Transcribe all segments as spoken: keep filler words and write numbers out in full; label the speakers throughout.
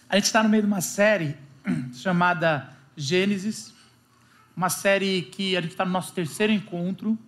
Speaker 1: A gente está no meio de uma série chamada Gênesis, uma série que a gente está no nosso terceiro encontro,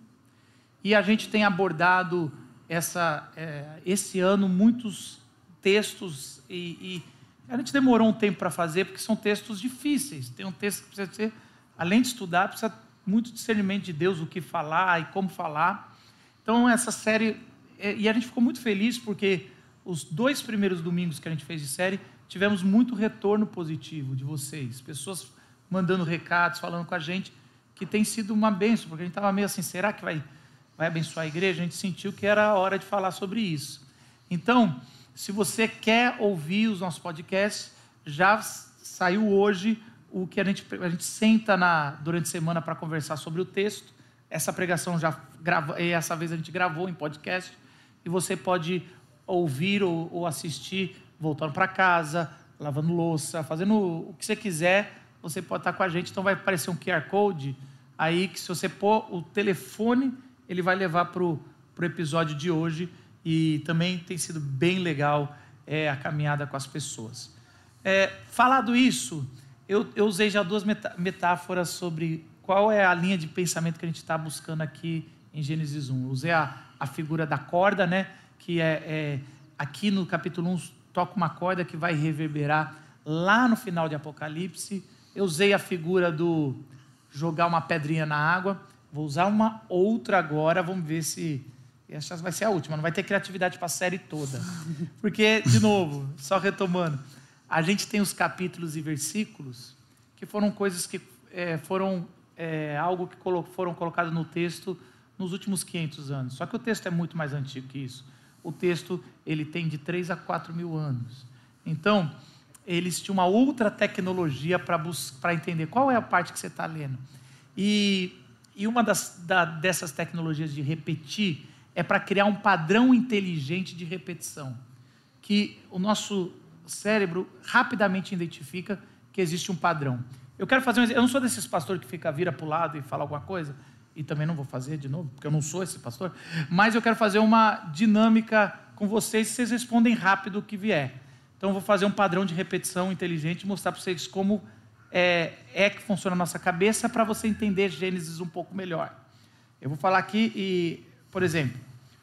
Speaker 1: e a gente tem abordado essa, é, esse ano muitos textos, e, e a gente demorou um tempo para fazer, porque são textos difíceis. Tem um texto que precisa ser, além de estudar, precisa muito discernimento de Deus, o que falar e como falar. Então essa série, e a gente ficou muito feliz, porque os dois primeiros domingos que a gente fez de série, tivemos muito retorno positivo de vocês, pessoas mandando recados, falando com a gente, que tem sido uma bênção, porque a gente estava meio assim, será que vai, vai abençoar a igreja? A gente sentiu que era a hora de falar sobre isso. Então, se você quer ouvir os nossos podcasts, já saiu hoje o que a gente, a gente senta na, durante a semana para conversar sobre o texto. Essa pregação já grava, essa vez a gente gravou em podcast, e você pode ouvir ou, ou assistir voltando para casa, lavando louça, fazendo o que você quiser, você pode estar com a gente. Então vai aparecer um Q R Code aí, que se você pôr o telefone, ele vai levar para o episódio de hoje, e também tem sido bem legal é, a caminhada com as pessoas. É, falado isso, eu, eu usei já duas metáforas sobre qual é a linha de pensamento que a gente está buscando aqui em Gênesis um. Eu usei a, a figura da corda, né, que é, é aqui no capítulo um, toca uma corda que vai reverberar lá no final de Apocalipse. Eu usei a figura do jogar uma pedrinha na água. Vou usar uma outra agora, vamos ver se... essa vai ser a última, não vai ter criatividade para a série toda. Porque, de novo, só retomando, a gente tem os capítulos e versículos que foram coisas que é, foram é, algo que colo- foram colocados no texto nos últimos quinhentos anos. Só que o texto é muito mais antigo que isso. O texto ele tem de três a quatro mil anos. Então, eles tinham uma outra tecnologia para bus- para entender qual é a parte que você está lendo. E, e uma das, da, dessas tecnologias de repetir é para criar um padrão inteligente de repetição, que o nosso cérebro rapidamente identifica que existe um padrão. Eu quero fazer um exemplo. Eu não sou desses pastores que fica vira para o lado e fala alguma coisa, e também não vou fazer de novo, porque eu não sou esse pastor, mas eu quero fazer uma dinâmica com vocês, e vocês respondem rápido o que vier. Então eu vou fazer um padrão de repetição inteligente, mostrar para vocês como é, é que funciona a nossa cabeça, para você entender Gênesis um pouco melhor. Eu vou falar aqui e, por exemplo,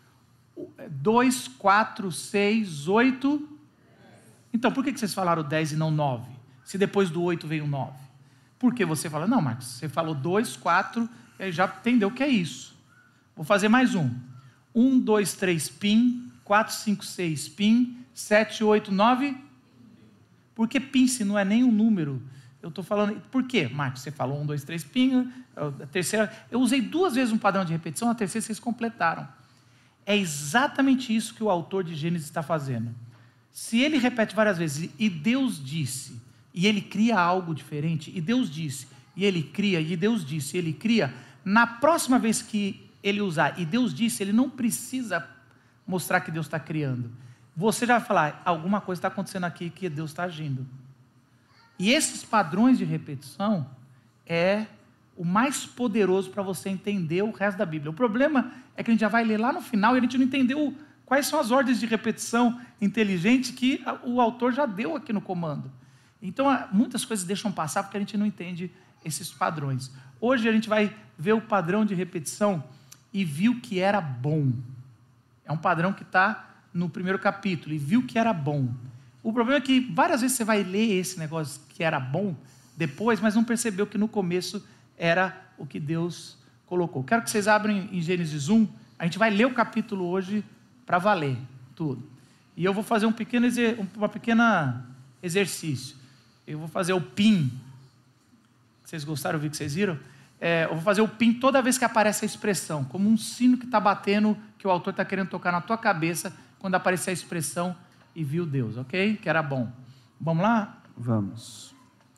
Speaker 1: dois, quatro, seis, oito... Então, por que vocês falaram dez e não nove? Se depois do oito veio nove. Por que você fala, não, Marcos, você falou dois, quatro, já entendeu o que é isso. Vou fazer mais um. um, dois, três, pim. quatro, cinco, seis, pim. sete, oito, nove. Por que pim se não é nem um número? Eu estou falando... Por quê, Marcos? Você falou um, dois, três, pim. A terceira... Eu usei duas vezes um padrão de repetição, a terceira vocês completaram. É exatamente isso que o autor de Gênesis está fazendo. Se ele repete várias vezes, e Deus disse, e ele cria algo diferente, e Deus disse, e ele cria, e Deus disse, e ele cria, na próxima vez que ele usar, e Deus disse, ele não precisa mostrar que Deus está criando. Você já vai falar, alguma coisa está acontecendo aqui que Deus está agindo. E esses padrões de repetição é o mais poderoso para você entender o resto da Bíblia. O problema é que a gente já vai ler lá no final e a gente não entendeu quais são as ordens de repetição inteligente que o autor já deu aqui no comando. Então, muitas coisas deixam passar porque a gente não entende esses padrões. Hoje a gente vai ver o padrão de repetição e viu que era bom. É um padrão que está no primeiro capítulo, e viu que era bom. O problema é que várias vezes você vai ler esse negócio que era bom depois, mas não percebeu que no começo era o que Deus colocou. Quero que vocês abram em Gênesis um, a gente vai ler o capítulo hoje para valer tudo. E eu vou fazer um pequeno, exer, uma pequena exercício. Eu vou fazer o pim. Vocês gostaram de ouvir que vocês viram? É, eu vou fazer o pim toda vez que aparece a expressão, como um sino que está batendo, que o autor está querendo tocar na tua cabeça, quando aparecer a expressão, e viu Deus, ok? Que era bom. Vamos lá?
Speaker 2: Vamos.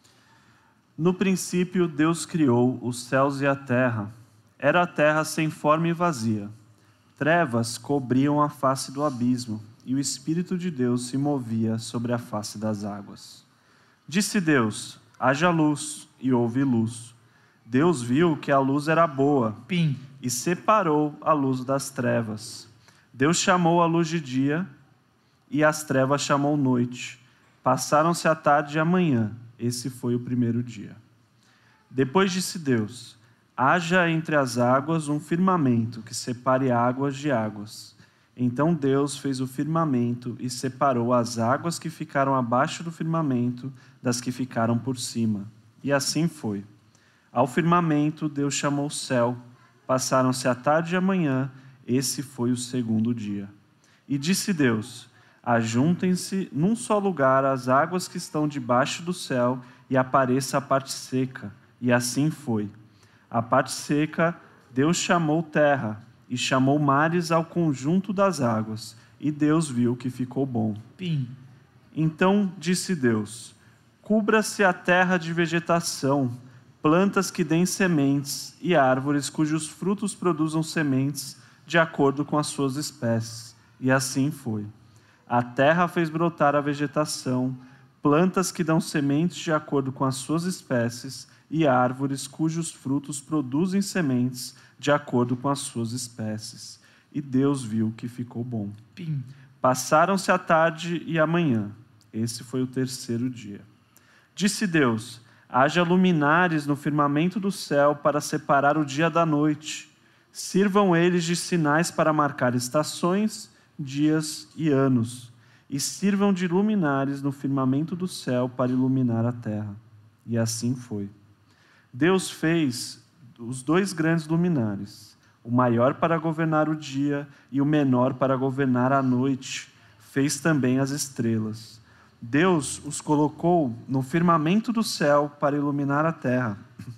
Speaker 2: No princípio, Deus criou os céus e a terra. Era a terra sem forma e vazia. Trevas cobriam a face do abismo, e o Espírito de Deus se movia sobre a face das águas. Disse Deus, haja luz, e houve luz. Deus viu que a luz era boa,
Speaker 1: Pim.
Speaker 2: e separou a luz das trevas. Deus chamou a luz de dia, e as trevas chamou noite. Passaram-se a tarde e a manhã. Esse foi o primeiro dia. Depois disse Deus: haja entre as águas um firmamento que separe águas de águas. Então Deus fez o firmamento e separou as águas que ficaram abaixo do firmamento das que ficaram por cima. E assim foi. Ao firmamento Deus chamou o céu. Passaram-se a tarde e a manhã. Esse foi o segundo dia. E disse Deus: ajuntem-se num só lugar as águas que estão debaixo do céu e apareça a parte seca. E assim foi. A parte seca Deus chamou terra e chamou mares ao conjunto das águas. E Deus viu que ficou bom.
Speaker 1: Pim.
Speaker 2: Então disse Deus: cubra-se a terra de vegetação, plantas que deem sementes e árvores cujos frutos produzam sementes de acordo com as suas espécies. E assim foi. A terra fez brotar a vegetação, plantas que dão sementes de acordo com as suas espécies e árvores cujos frutos produzem sementes de acordo com as suas espécies. E Deus viu que ficou bom.
Speaker 1: Pim.
Speaker 2: Passaram-se a tarde e a manhã. Esse foi o terceiro dia. Disse Deus: haja luminares no firmamento do céu para separar o dia da noite. Sirvam eles de sinais para marcar estações, dias e anos. E sirvam de luminares no firmamento do céu para iluminar a terra. E assim foi. Deus fez os dois grandes luminares, o maior para governar o dia e o menor para governar a noite. Fez também as estrelas. Deus os colocou no firmamento do céu para iluminar a terra,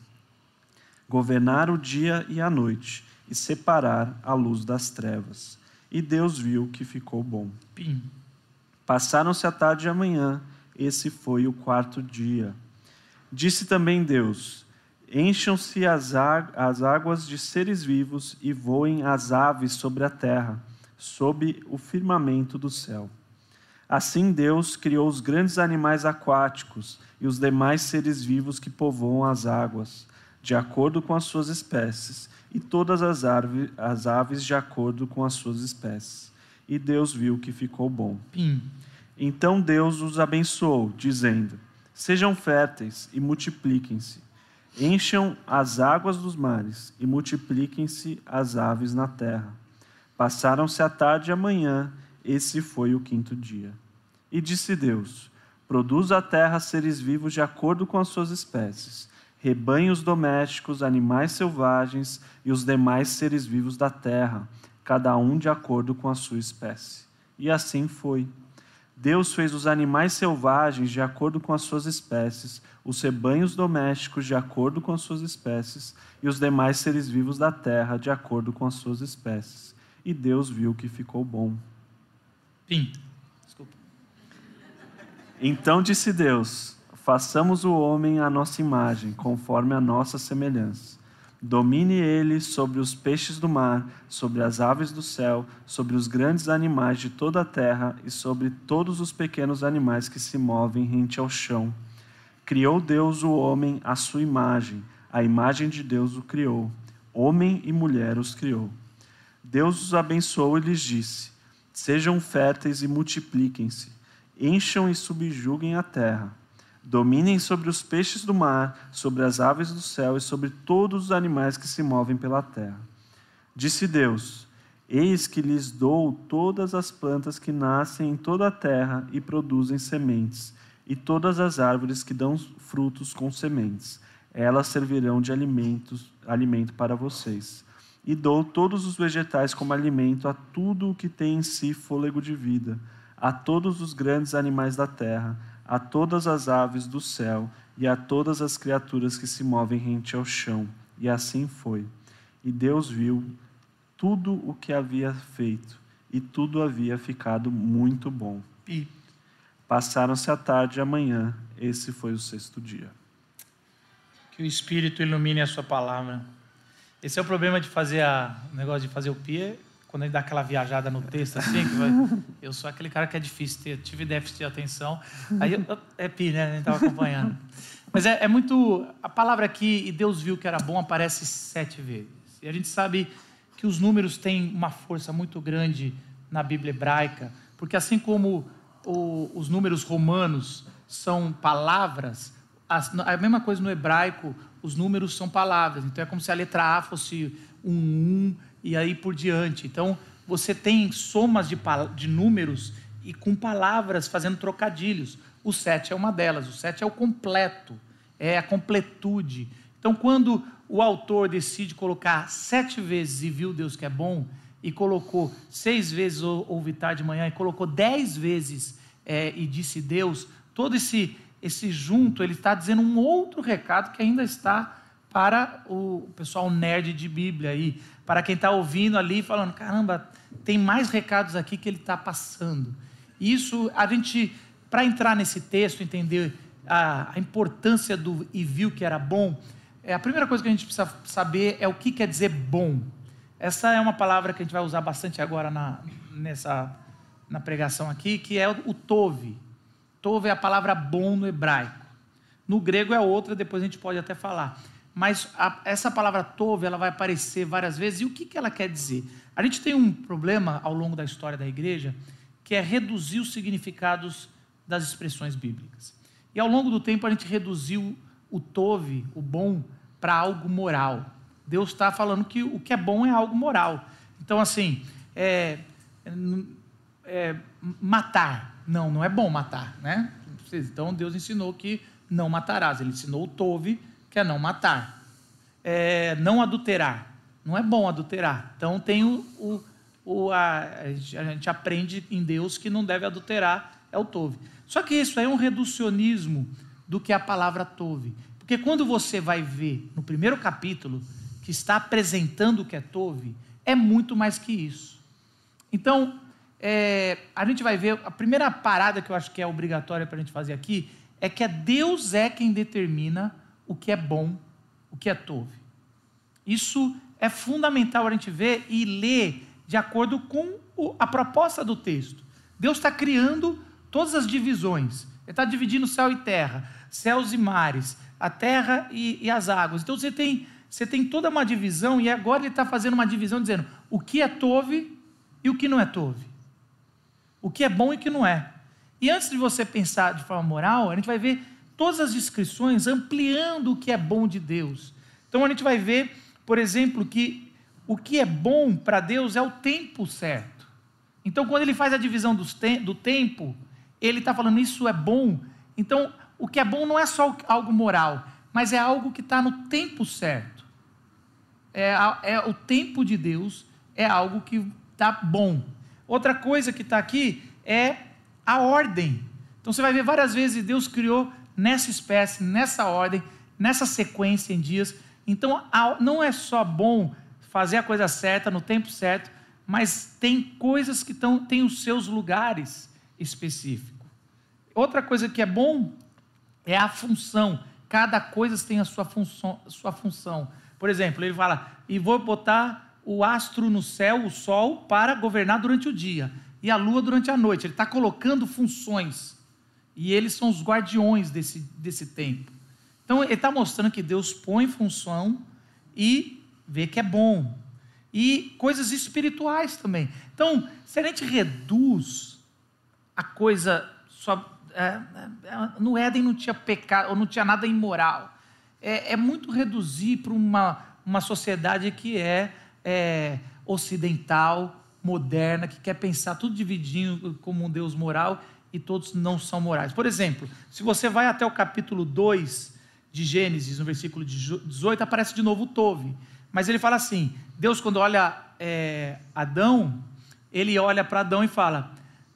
Speaker 2: governar o dia e a noite e separar a luz das trevas. E Deus viu que ficou bom.
Speaker 1: Pim.
Speaker 2: Passaram-se a tarde e a manhã. Esse foi o quarto dia. Disse também Deus: encham-se as, as águas de seres vivos e voem as aves sobre a terra, sob o firmamento do céu. Assim Deus criou os grandes animais aquáticos e os demais seres vivos que povoam as águas, de acordo com as suas espécies, e todas as, árvores, as aves de acordo com as suas espécies. E Deus viu que ficou bom.
Speaker 1: Pim.
Speaker 2: Então Deus os abençoou, dizendo: sejam férteis e multipliquem-se. Encham as águas dos mares e multipliquem-se as aves na terra. Passaram-se a tarde e a manhã. Esse foi o quinto dia. E disse Deus: produza a terra seres vivos de acordo com as suas espécies, rebanhos domésticos, animais selvagens e os demais seres vivos da terra, cada um de acordo com a sua espécie. E assim foi. Deus fez os animais selvagens de acordo com as suas espécies, os rebanhos domésticos de acordo com as suas espécies e os demais seres vivos da terra de acordo com as suas espécies. E Deus viu que ficou bom.
Speaker 1: Pim. Desculpa.
Speaker 2: Então disse Deus: façamos o homem à nossa imagem, conforme a nossa semelhança. Domine ele sobre os peixes do mar, sobre as aves do céu, sobre os grandes animais de toda a terra e sobre todos os pequenos animais que se movem rente ao chão. Criou Deus o homem à sua imagem, a imagem de Deus o criou. Homem e mulher os criou. Deus os abençoou e lhes disse: sejam férteis e multipliquem-se, encham e subjuguem a terra. Dominem sobre os peixes do mar, sobre as aves do céu e sobre todos os animais que se movem pela terra. Disse Deus: eis que lhes dou todas as plantas que nascem em toda a terra e produzem sementes, e todas as árvores que dão frutos com sementes. Elas servirão de alimentos, alimento para vocês. E dou todos os vegetais como alimento a tudo o que tem em si fôlego de vida, a todos os grandes animais da terra, a todas as aves do céu e a todas as criaturas que se movem rente ao chão. E assim foi. E Deus viu tudo o que havia feito, e tudo havia ficado muito bom.
Speaker 1: E
Speaker 2: passaram-se a tarde e a manhã. Esse foi o sexto dia.
Speaker 1: Que o Espírito ilumine a sua palavra. Esse é o problema de fazer a, o negócio de fazer o pia, quando ele dá aquela viajada no texto assim, que vai, eu sou aquele cara que é difícil ter, tive déficit de atenção, aí eu, é pi, né, a gente estava acompanhando. Mas é, é muito, a palavra aqui, e Deus viu que era bom, aparece sete vezes. E a gente sabe que os números têm uma força muito grande na Bíblia hebraica, porque assim como o, os números romanos são palavras, a, a mesma coisa no hebraico, os números são palavras. Então é como se a letra A fosse um um e aí por diante. Então você tem somas de, de números e com palavras fazendo trocadilhos. O sete é uma delas, o sete é o completo, é a completude. Então quando o autor decide colocar sete vezes e viu Deus que é bom, e colocou seis vezes ouvi tarde de manhã, e colocou dez vezes é, e disse Deus, todo esse, esse junto, ele está dizendo um outro recado que ainda está para o pessoal nerd de Bíblia aí, para quem está ouvindo ali, falando, caramba, tem mais recados aqui que ele está passando. Isso, a gente, para entrar nesse texto, entender a, a importância do e viu que era bom, é, a primeira coisa que a gente precisa saber é o que quer dizer bom. Essa é uma palavra que a gente vai usar bastante agora na, nessa, na pregação aqui, que é o, o tove. Tove é a palavra bom no hebraico. No grego é outra, depois a gente pode até falar. Mas a, essa palavra tove, ela vai aparecer várias vezes. E o que, que ela quer dizer? A gente tem um problema ao longo da história da igreja, que é reduzir os significados das expressões bíblicas. E ao longo do tempo a gente reduziu o tove, o bom, para algo moral. Deus está falando que o que é bom é algo moral. Então, assim, é, é, matar. Não, não é bom matar, né? Então, Deus ensinou que não matarás. Ele ensinou o tove, que é não matar. É, não adulterar. Não é bom adulterar. Então, tem o, o, o a, a gente aprende em Deus que não deve adulterar, é o tove. Só que isso aí é um reducionismo do que a palavra tove. Porque quando você vai ver no primeiro capítulo, que está apresentando o que é tove, é muito mais que isso. Então, é, a gente vai ver, a primeira parada que eu acho que é obrigatória para a gente fazer aqui, é que é Deus é quem determina o que é bom, o que é tove. Isso é fundamental a gente ver e ler de acordo com o, a proposta do texto. Deus está criando todas as divisões. Ele está dividindo céu e terra, céus e mares, a terra e, e as águas. Então você tem, você tem toda uma divisão, e agora ele está fazendo uma divisão dizendo o que é tove e o que não é tove. O que é bom e o que não é. E antes de você pensar de forma moral, a gente vai ver todas as descrições ampliando o que é bom de Deus. Então a gente vai ver, por exemplo, que o que é bom para Deus é o tempo certo. Então quando ele faz a divisão dos te- do tempo, ele está falando isso é bom. Então o que é bom não é só algo moral, mas é algo que está no tempo certo. É, é o tempo de Deus, é algo que está bom. Outra coisa que está aqui é a ordem. Então você vai ver várias vezes Deus criou nessa espécie, nessa ordem, nessa sequência em dias. Então não é só bom fazer a coisa certa no tempo certo, mas tem coisas que tão, têm os seus lugares específicos. Outra coisa que é bom é a função. Cada coisa tem a sua função, sua função. Por exemplo, ele fala, e vou botar o astro no céu, o sol, para governar durante o dia, e a lua durante a noite. Ele está colocando funções, e eles são os guardiões desse, desse tempo. Então ele está mostrando que Deus põe função e vê que é bom. E coisas espirituais também. Então, se a gente reduz a coisa só, é, é, no Éden não tinha pecado, ou não tinha nada imoral. É, é muito reduzir para uma, uma sociedade que é, é ocidental, moderna, que quer pensar tudo dividinho como um Deus moral, e todos não são morais. Por exemplo, se você vai até o capítulo dois de Gênesis, no versículo dezoito, aparece de novo o tove. Mas ele fala assim, Deus quando olha é, Adão, ele olha para Adão e fala,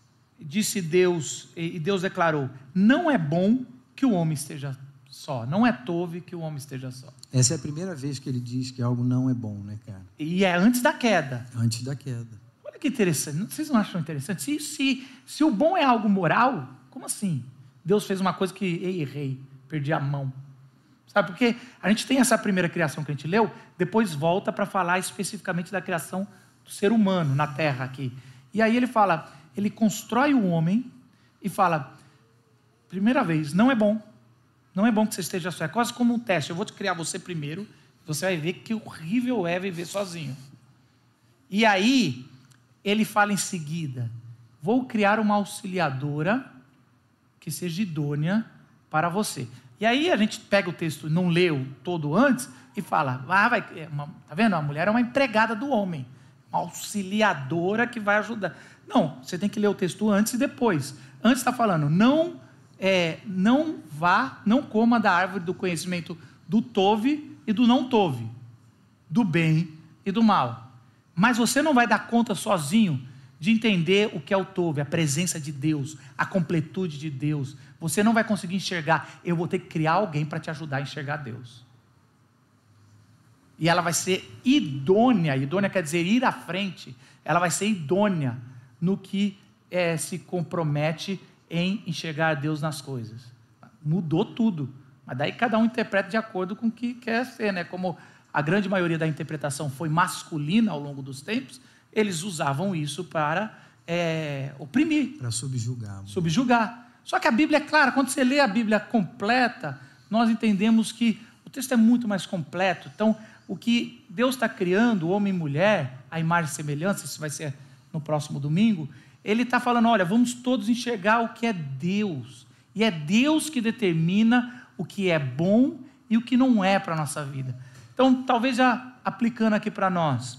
Speaker 1: disse Deus, e Deus declarou, não é bom que o homem esteja só, não é tove que o homem esteja só.
Speaker 3: Essa é a primeira vez que ele diz que algo não é bom, né, cara?
Speaker 1: E é antes da queda.
Speaker 3: Antes da queda.
Speaker 1: Olha que interessante, vocês não acham interessante? Se, se, se o bom é algo moral, como assim? Deus fez uma coisa que eu errei, perdi a mão. Sabe, porque a gente tem essa primeira criação que a gente leu, depois volta para falar especificamente da criação do ser humano na terra aqui. E aí ele fala, ele constrói o homem e fala, primeira vez, não é bom, não é bom que você esteja só, é quase como um teste, eu vou te criar você primeiro, você vai ver que horrível é viver sozinho. E aí, ele fala em seguida, vou criar uma auxiliadora que seja idônea para você. E aí a gente pega o texto, não leu todo antes, e fala, ah, vai, uma, tá vendo? A mulher é uma empregada do homem, uma auxiliadora que vai ajudar. Não, você tem que ler o texto antes e depois. Antes está falando, não, é, não vá, não coma da árvore do conhecimento do tove e do não tove, do bem e do mal. Mas você não vai dar conta sozinho de entender o que é o tove, a presença de Deus, a completude de Deus. Você não vai conseguir enxergar, eu vou ter que criar alguém para te ajudar a enxergar Deus. E ela vai ser idônea, idônea quer dizer ir à frente, ela vai ser idônea no que é, se compromete em enxergar Deus nas coisas. Mudou tudo, mas daí cada um interpreta de acordo com o que quer ser, né? Como a grande maioria da interpretação foi masculina ao longo dos tempos, eles usavam isso para é, oprimir.
Speaker 3: Para subjugar.
Speaker 1: Subjugar. Só que a Bíblia é clara, quando você lê a Bíblia completa, nós entendemos que o texto é muito mais completo. Então, o que Deus está criando, homem e mulher, a imagem e semelhança, isso vai ser no próximo domingo, Ele está falando, olha, vamos todos enxergar o que é Deus. E é Deus que determina o que é bom e o que não é para a nossa vida. Então, talvez já aplicando aqui para nós,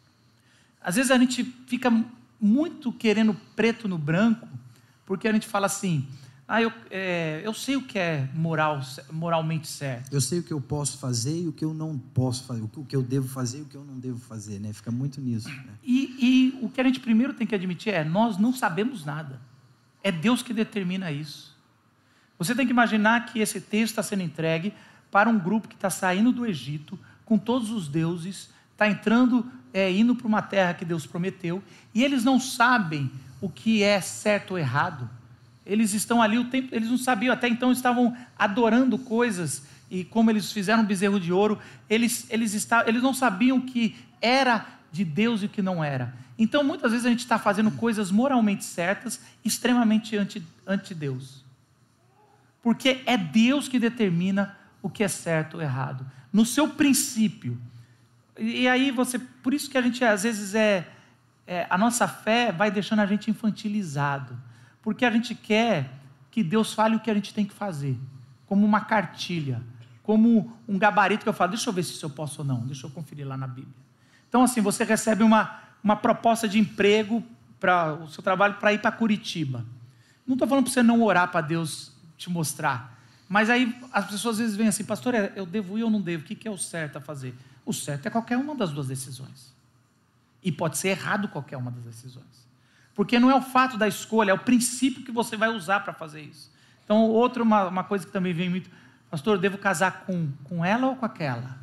Speaker 1: às vezes a gente fica muito querendo preto no branco, porque a gente fala assim, ah, eu, é, eu sei o que é moral, moralmente certo.
Speaker 3: Eu sei o que eu posso fazer e o que eu não posso fazer, o que eu devo fazer e o que eu não devo fazer, né? Fica muito nisso. Né?
Speaker 1: E, e o que a gente primeiro tem que admitir é, nós não sabemos nada. É Deus que determina isso. Você tem que imaginar que esse texto está sendo entregue para um grupo que está saindo do Egito, com todos os deuses, está entrando, é, indo para uma terra que Deus prometeu, e eles não sabem o que é certo ou errado. Eles estão ali o tempo, eles não sabiam, até então estavam adorando coisas, e como eles fizeram um bezerro de ouro, eles, eles, estavam, eles não sabiam o que era de Deus e o que não era. Então, muitas vezes a gente está fazendo coisas moralmente certas, extremamente anti, anti-Deus. Porque é Deus que determina o que é certo ou errado. No seu princípio. E aí você, por isso que a gente às vezes é, é, a nossa fé vai deixando a gente infantilizado. Porque a gente quer que Deus fale o que a gente tem que fazer. Como uma cartilha. Como um gabarito que eu falo, deixa eu ver se eu posso ou não. Deixa eu conferir lá na Bíblia. Então assim, você recebe uma, uma proposta de emprego para o seu trabalho para ir para Curitiba. Não estou falando para você não orar para Deus te mostrar. Mas aí as pessoas às vezes vêm assim, pastor, eu devo ir ou não devo? O que é o certo a fazer? O certo é qualquer uma das duas decisões. E pode ser errado qualquer uma das decisões. Porque não é o fato da escolha, é o princípio que você vai usar para fazer isso. Então, outra uma, uma coisa que também vem muito, pastor, eu devo casar com, com ela ou com aquela?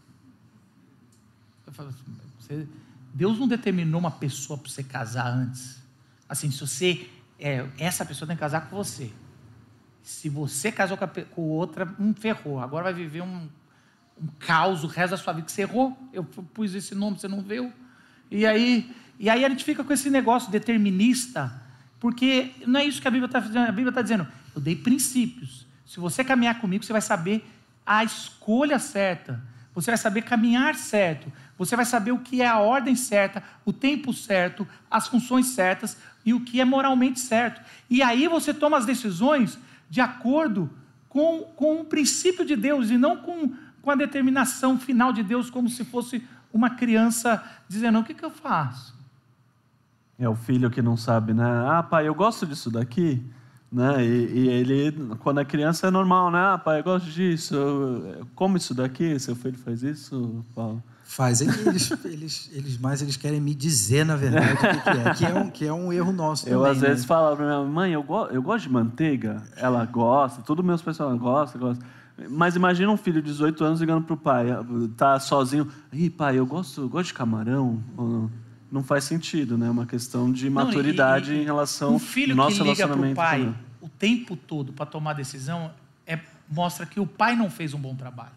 Speaker 1: Eu falo, você, Deus não determinou uma pessoa para você casar antes. Assim, se você, é, essa pessoa tem que casar com você. Se você casou com, a, com outra, um ferrou. Agora vai viver um, um caos o resto da sua vida, que você errou. Eu pus esse nome, você não viu. E aí, e aí a gente fica com esse negócio determinista, porque não é isso que a Bíblia está dizendo. A Bíblia está dizendo, eu dei princípios. Se você caminhar comigo, você vai saber a escolha certa. Você vai saber caminhar certo. Você vai saber o que é a ordem certa, o tempo certo, as funções certas e o que é moralmente certo. E aí você toma as decisões de acordo com, com o princípio de Deus e não com, com a determinação final de Deus, como se fosse uma criança dizendo, o que, que eu faço?
Speaker 2: É o filho que não sabe, né? Ah, pai, eu gosto disso daqui, né? E, e ele, quando é criança, é normal, né? Ah, pai, eu gosto disso, eu, eu como isso daqui, seu filho faz isso, Paulo?
Speaker 3: Faz, eles, eles, eles mais eles querem me dizer, na verdade, o que, que é, que é, um, que é um erro nosso
Speaker 2: eu,
Speaker 3: também. Eu,
Speaker 2: às
Speaker 3: né?
Speaker 2: vezes, falo para minha mãe, eu, go, eu gosto de manteiga, ela gosta, todos meus pessoal gostam, gostam. Mas imagina um filho de dezoito anos ligando para o pai, tá sozinho, ih, pai, eu gosto, eu gosto de camarão, não faz sentido, né? É uma questão de maturidade
Speaker 1: não, e, e,
Speaker 2: em relação ao
Speaker 1: um filho
Speaker 2: nosso
Speaker 1: que liga para o pai
Speaker 2: também.
Speaker 1: o tempo todo para tomar decisão, é, mostra que o pai não fez um bom trabalho.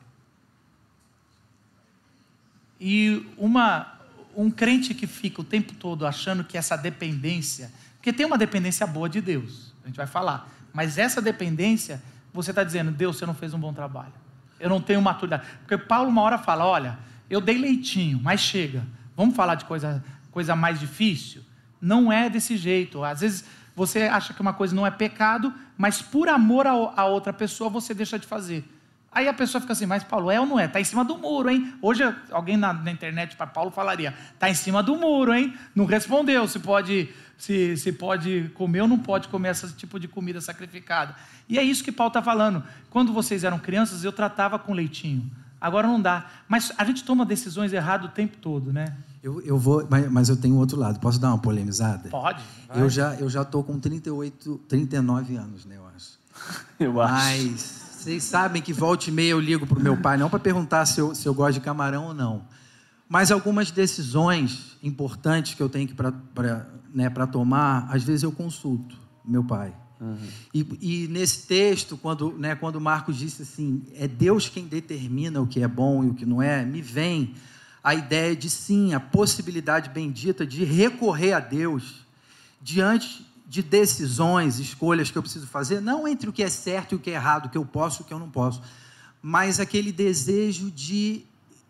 Speaker 1: E uma, um crente que fica o tempo todo achando que essa dependência, porque tem uma dependência boa de Deus, a gente vai falar, mas essa dependência, você está dizendo, Deus, você não fez um bom trabalho, eu não tenho maturidade, porque Paulo uma hora fala, olha, eu dei leitinho, mas chega, vamos falar de coisa, coisa mais difícil, Não é desse jeito. Às vezes você acha que uma coisa não é pecado, mas por amor a outra pessoa você deixa de fazer. Aí a pessoa fica assim, mas Paulo, é ou não é? Está em cima do muro, hein? Hoje alguém na, na internet para Paulo falaria, está em cima do muro, hein? Não respondeu se pode, se, se pode comer ou não pode comer esse tipo de comida sacrificada. E é isso que Paulo está falando. Quando vocês eram crianças, eu tratava com leitinho. Agora não dá. Mas a gente toma decisões erradas o tempo todo, né?
Speaker 3: Eu, eu vou, mas, mas eu tenho outro lado. Posso dar uma polemizada?
Speaker 1: Pode. Vai.
Speaker 3: Eu já eu já estou com trinta e oito, trinta e nove anos, né, eu acho.
Speaker 2: Eu acho.
Speaker 3: Mas vocês sabem que volta e meia eu ligo para o meu pai, não para perguntar se eu, se eu gosto de camarão ou não. Mas algumas decisões importantes que eu tenho que para né, para tomar, às vezes eu consulto meu pai. Uhum. E, e nesse texto, quando, né, quando o Marcos disse assim, é Deus quem determina o que é bom e o que não é, me vem a ideia de sim, a possibilidade bendita de recorrer a Deus diante de decisões, escolhas que eu preciso fazer, não entre o que é certo e o que é errado, o que eu posso e o que eu não posso, mas aquele desejo de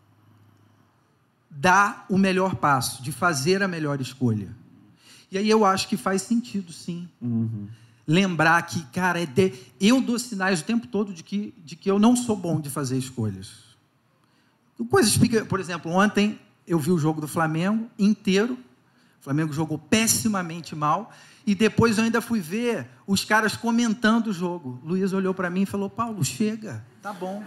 Speaker 3: dar o melhor passo, de fazer a melhor escolha. E aí eu acho que faz sentido, sim. Uhum. Lembrar que, cara, é de... eu dou sinais o tempo todo de que, de que eu não sou bom de fazer escolhas. Coisas, por exemplo, ontem eu vi o jogo do Flamengo inteiro, o Flamengo jogou pessimamente mal, e depois eu ainda fui ver os caras comentando o jogo. Luiz olhou para mim e falou, Paulo, chega, tá bom.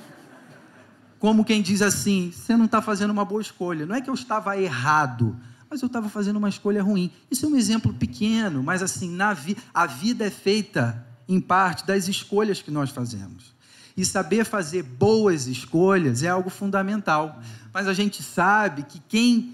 Speaker 3: Como quem diz assim, você não está fazendo uma boa escolha. Não é que eu estava errado, mas eu estava fazendo uma escolha ruim. Isso é um exemplo pequeno, mas assim, na vi- a vida é feita, em parte, das escolhas que nós fazemos. E saber fazer boas escolhas é algo fundamental. Mas a gente sabe que quem,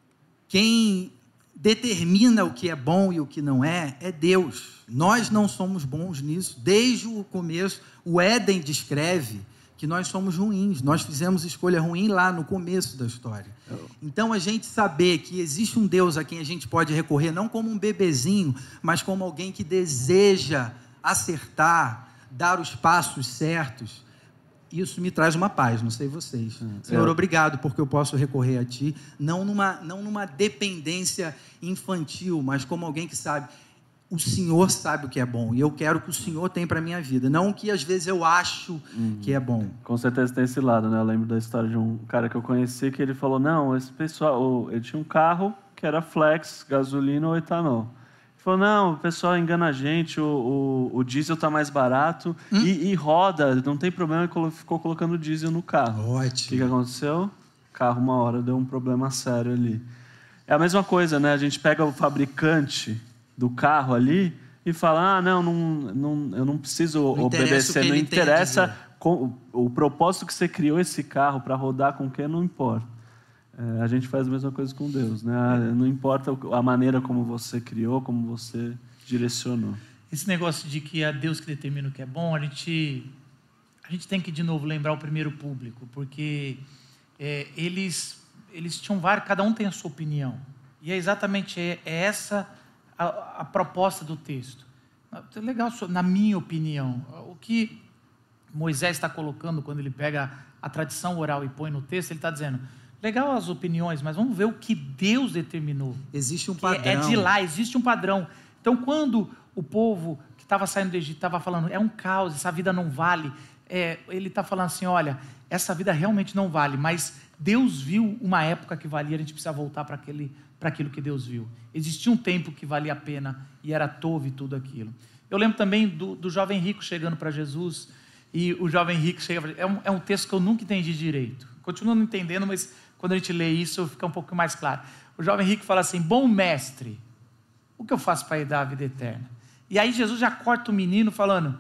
Speaker 3: quem determina o que é bom e o que não é, é Deus. Nós não somos bons nisso. Desde o começo, o Éden descreve que nós somos ruins. Nós fizemos escolha ruim lá no começo da história. Então, a gente saber que existe um Deus a quem a gente pode recorrer, não como um bebezinho, mas como alguém que deseja acertar, dar os passos certos, isso me traz uma paz, não sei vocês. Hum, Senhor, é. obrigado porque eu posso recorrer a Ti, não numa, não numa dependência infantil, mas como alguém que sabe, o Senhor sabe o que é bom, e eu quero o que o Senhor tem para a minha vida, não o que às vezes eu acho hum, que é bom.
Speaker 2: Com certeza tem esse lado, né? Eu lembro da história de um cara que eu conheci, que ele falou, não, esse pessoal, ele tinha um carro que era flex, gasolina ou etanol. Falou, não, o pessoal engana a gente, o, o, o diesel está mais barato hum? e, e roda, não tem problema, e ficou colocando diesel no carro.
Speaker 3: Ótimo.
Speaker 2: O que, que aconteceu? O carro, uma hora, deu um problema sério ali. É a mesma coisa, né? A gente pega o fabricante do carro ali e fala, ah, não, não, não eu não preciso não obedecer, não interessa com, o, o propósito que você criou esse carro para rodar com quem, não importa. É, a gente faz a mesma coisa com Deus, né? Não importa a maneira como você criou, como você direcionou.
Speaker 1: Esse negócio de que é Deus que determina o que é bom, a gente, a gente tem que, de novo, lembrar o primeiro público, porque é, eles, eles tinham vários, cada um tem a sua opinião. E é exatamente é, é essa a, a proposta do texto. É legal, na minha opinião, o que Moisés está colocando quando ele pega a tradição oral e põe no texto, ele está dizendo... Legal as opiniões, mas vamos ver o que Deus determinou.
Speaker 3: Existe um padrão.
Speaker 1: É de lá, existe um padrão. Então, quando o povo que estava saindo do Egito estava falando, é um caos, essa vida não vale, é, ele está falando assim, olha, essa vida realmente não vale, mas Deus viu uma época que valia, a gente precisa voltar para aquele, para aquilo que Deus viu. Existia um tempo que valia a pena e era Tove tudo aquilo. Eu lembro também do, do jovem rico chegando para Jesus, e o jovem rico chega, é um, é um texto que eu nunca entendi direito. Continuo não entendendo, mas quando a gente lê isso, fica um pouco mais claro. O jovem rico fala assim, bom mestre, o que eu faço para dar a vida eterna? E aí Jesus já corta o menino falando,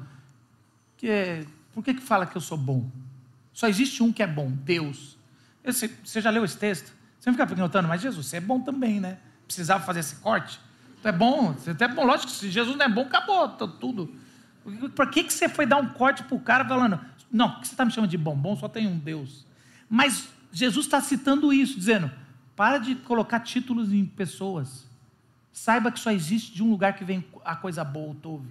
Speaker 1: que, por que que fala que eu sou bom? Só existe um que é bom, Deus. Você, você já leu esse texto? Você não fica perguntando, mas Jesus, você é bom também, né? Precisava fazer esse corte? Tu é bom, você é bom, lógico que se Jesus não é bom, acabou tudo. Por que que você foi dar um corte para o cara falando, não, por que você está me chamando de bom? Bom só tem um Deus. Mas Jesus está citando isso, dizendo, para de colocar títulos em pessoas. Saiba que só existe de um lugar que vem a coisa boa, Tove.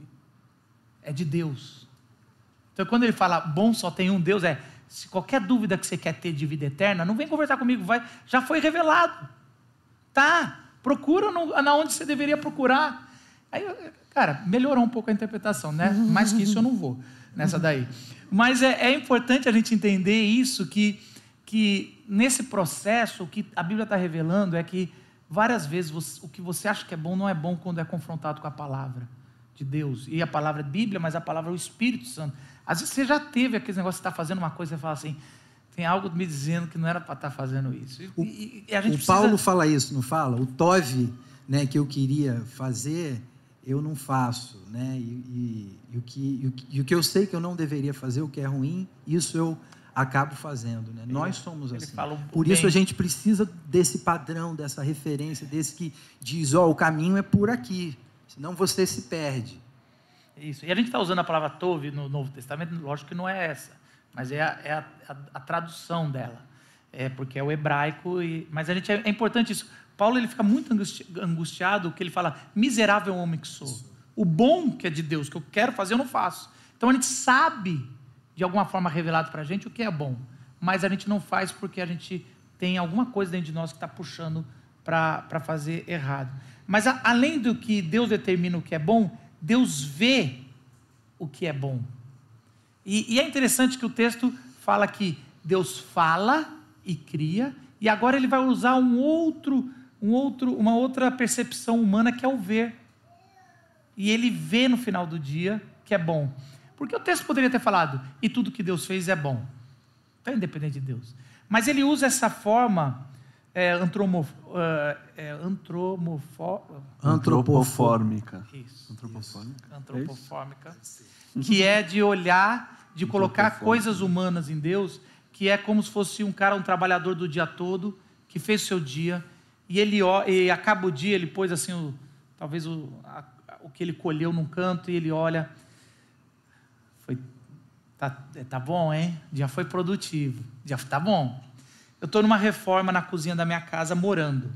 Speaker 1: É de Deus. Então, quando ele fala, bom só tem um Deus, é, se qualquer dúvida que você quer ter de vida eterna, não vem conversar comigo, vai, já foi revelado. Tá, Procura no, na onde você deveria procurar. Aí, cara, melhorou um pouco a interpretação, né? Mais que isso eu não vou nessa daí. Mas é, é importante a gente entender isso, que, que nesse processo, o que a Bíblia está revelando é que várias vezes você, o que você acha que é bom não é bom quando é confrontado com a palavra de Deus. E a palavra é Bíblia, mas a palavra é o Espírito Santo. Às vezes você já teve aquele negócio de estar fazendo uma coisa e você fala assim, tem algo me dizendo que não era para estar fazendo isso. E,
Speaker 3: o
Speaker 1: e, e a gente
Speaker 3: o
Speaker 1: precisa...
Speaker 3: Paulo fala isso, não fala? O Tove, né, que eu queria fazer, eu não faço. Né? E, e, e, o que, e, o que, e o que eu sei que eu não deveria fazer, o que é ruim, isso eu acabo fazendo. Né? Ele, Nós somos assim. Um por isso bem. A gente precisa desse padrão, dessa referência, desse que diz, ó, oh, o caminho é por aqui, senão você se perde.
Speaker 1: Isso. E a gente está usando a palavra Tove no Novo Testamento, lógico que não é essa, mas é a, é a, a, a tradução dela, é porque é o hebraico, e, mas a gente, é, é importante isso. Paulo ele fica muito angusti, angustiado, que ele fala, miserável homem que sou, o bom que é de Deus, que eu quero fazer eu não faço. Então a gente sabe, de alguma forma revelado para a gente o que é bom, mas a gente não faz porque a gente tem alguma coisa dentro de nós que está puxando para fazer errado. Mas a, além do que Deus determina o que é bom, Deus vê o que é bom. E, e é interessante que o texto fala que Deus fala e cria, e agora ele vai usar um outro, um outro, uma outra percepção humana que é o ver. E ele vê no final do dia que é bom. Porque o texto poderia ter falado, e tudo que Deus fez é bom. Está independente de Deus. Mas ele usa essa forma é, antromof, uh, é, antromofó,
Speaker 2: antropofórmica.
Speaker 1: Isso.
Speaker 2: Antropofórmica.
Speaker 1: Isso. Antropofórmica. Que é de olhar, de colocar coisas humanas em Deus, que é como se fosse um cara, um trabalhador do dia todo, que fez o seu dia, e ele e acaba o dia, ele pôs assim, o, talvez o, a, o que ele colheu num canto, e ele olha, foi, tá, tá bom, hein? Já foi produtivo, já tá bom. Eu estou numa reforma na cozinha da minha casa, morando.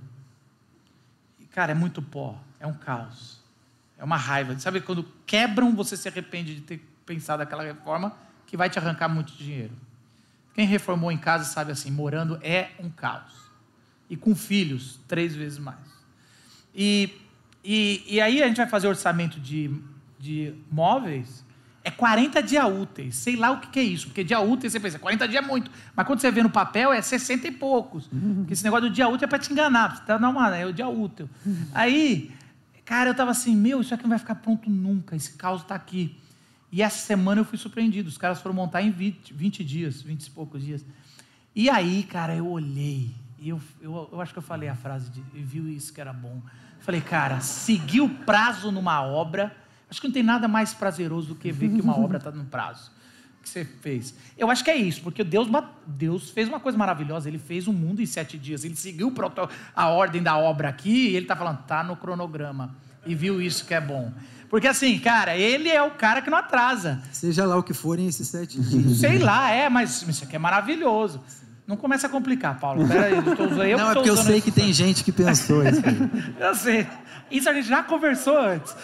Speaker 1: E, cara, é muito pó, é um caos, é uma raiva. Sabe quando quebram, você se arrepende de ter pensado naquela reforma, que vai te arrancar muito dinheiro. Quem reformou em casa sabe assim, morando é um caos. E com filhos, três vezes mais. E, e, e aí a gente vai fazer orçamento de, de móveis, é quarenta dias úteis, sei lá o que, que é isso, porque dia útil você pensa, quarenta dias é muito, mas quando você vê no papel é sessenta e poucos, uhum. Porque esse negócio do dia útil é para te enganar, você tá, não, mano, é o dia útil. Uhum. Aí, cara, eu estava assim, meu, isso aqui não vai ficar pronto nunca, esse caos está aqui. E essa semana eu fui surpreendido, os caras foram montar em vinte, vinte dias, vinte e poucos dias. E aí, cara, eu olhei, e eu, eu, eu acho que eu falei a frase, de, e viu isso que era bom. Falei, cara, seguir o prazo numa obra, acho que não tem nada mais prazeroso do que ver que uma obra está no prazo que você fez. Eu acho que é isso, porque Deus, Deus fez uma coisa maravilhosa, ele fez o mundo em sete dias, ele seguiu a ordem da obra aqui, e ele está falando, está no cronograma, e viu isso que é bom. Porque assim, cara, ele é o cara que não atrasa.
Speaker 3: Seja lá o que forem esses sete dias.
Speaker 1: Sei lá, é, mas isso aqui é maravilhoso. Não começa a complicar, Paulo. Pera aí, eu tô usando, eu
Speaker 3: não, é porque eu sei que tem gente que pensou isso aí.
Speaker 1: Eu sei. Isso a gente já conversou antes.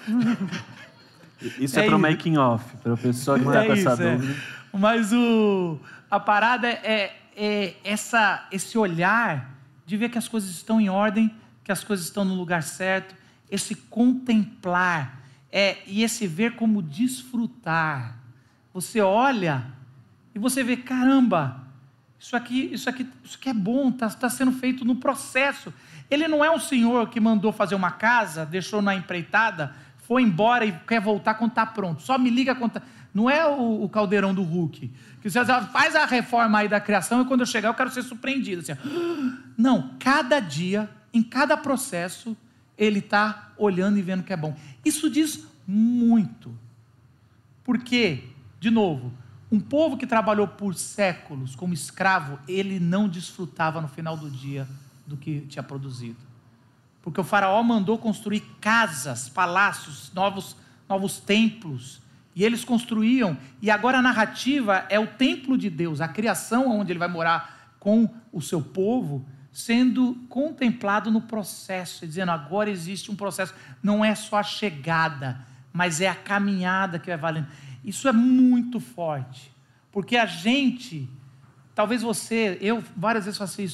Speaker 2: Isso é, é para o making off, para o pessoal que está é com essa
Speaker 1: é.
Speaker 2: dúvida.
Speaker 1: Mas o, a parada é, é essa, esse olhar de ver que as coisas estão em ordem, que as coisas estão no lugar certo, esse contemplar, é, e esse ver como desfrutar. Você olha e você vê, caramba, isso aqui, isso aqui, isso aqui é bom, está tá sendo feito no processo. Ele não é um senhor que mandou fazer uma casa, deixou na empreitada, foi embora e quer voltar quando está pronto. Só me liga quando tá... Não é o, o caldeirão do Hulk, que você faz a reforma aí da criação e quando eu chegar eu quero ser surpreendido. Assim, não, cada dia, em cada processo, ele está olhando e vendo que é bom. Isso diz muito. Porque, de novo, um povo que trabalhou por séculos como escravo, ele não desfrutava no final do dia do que tinha produzido. Porque o faraó mandou construir casas, palácios, novos, novos templos, e eles construíam, e agora a narrativa é o templo de Deus, a criação onde ele vai morar com o seu povo, sendo contemplado no processo, dizendo, agora existe um processo, não é só a chegada, mas é a caminhada que vai valendo. Isso é muito forte, porque a gente, talvez você, eu várias vezes faço isso,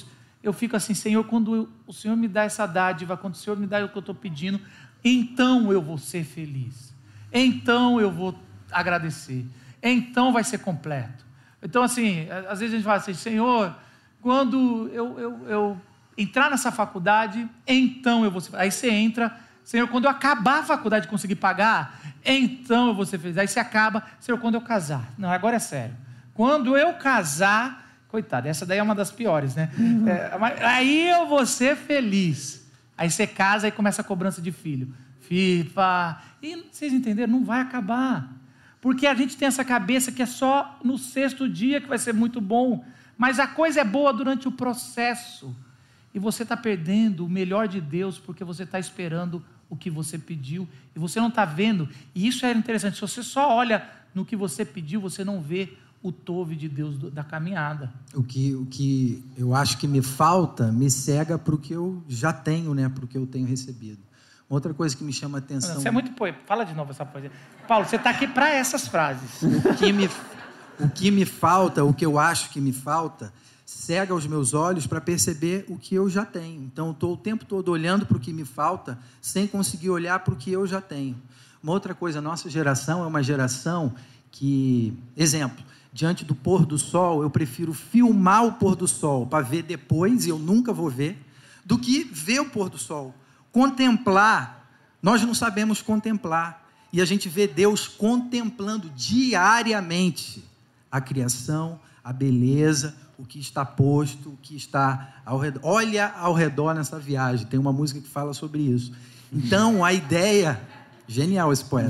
Speaker 1: eu fico assim, Senhor, quando eu, o Senhor me dá essa dádiva, quando o Senhor me dá o que eu estou pedindo, então eu vou ser feliz, então eu vou agradecer, então vai ser completo. Então assim, às vezes a gente fala assim, Senhor, quando eu, eu, eu entrar nessa faculdade, então eu vou ser feliz. Aí você entra, Senhor, quando eu acabar a faculdade e conseguir pagar, então eu vou ser feliz. Aí você acaba, Senhor, quando eu casar, não, agora é sério, quando eu casar, coitado, essa daí é uma das piores, né? Uhum. É, mas, aí eu vou ser feliz. Aí você casa e começa a cobrança de filho. FIFA. E vocês entenderam? Não vai acabar. Porque a gente tem essa cabeça que é só no sexto dia que vai ser muito bom. Mas a coisa é boa durante o processo. E você está perdendo o melhor de Deus porque você está esperando o que você pediu. E você não está vendo. E isso é interessante. Se você só olha no que você pediu, você não vê o tove de Deus da caminhada.
Speaker 3: O que, o que eu acho que me falta, me cega para o que eu já tenho, né? Para o que eu tenho recebido. Outra coisa que me chama a atenção...
Speaker 1: Você é muito poeta. Fala de novo essa poesia. Paulo, você está aqui para essas frases.
Speaker 3: O que, me, o que me falta, o que eu acho que me falta, cega os meus olhos para perceber o que eu já tenho. Então, eu estou o tempo todo olhando para o que me falta, sem conseguir olhar para o que eu já tenho. Uma outra coisa, a nossa geração é uma geração que... Exemplo, diante do pôr do sol, eu prefiro filmar o pôr do sol para ver depois, e eu nunca vou ver, do que ver o pôr do sol. Contemplar, nós não sabemos contemplar, e a gente vê Deus contemplando diariamente a criação, a beleza, o que está posto, o que está ao redor. Olha ao redor nessa viagem, tem uma música que fala sobre isso. Então, a ideia... Genial esse poeta.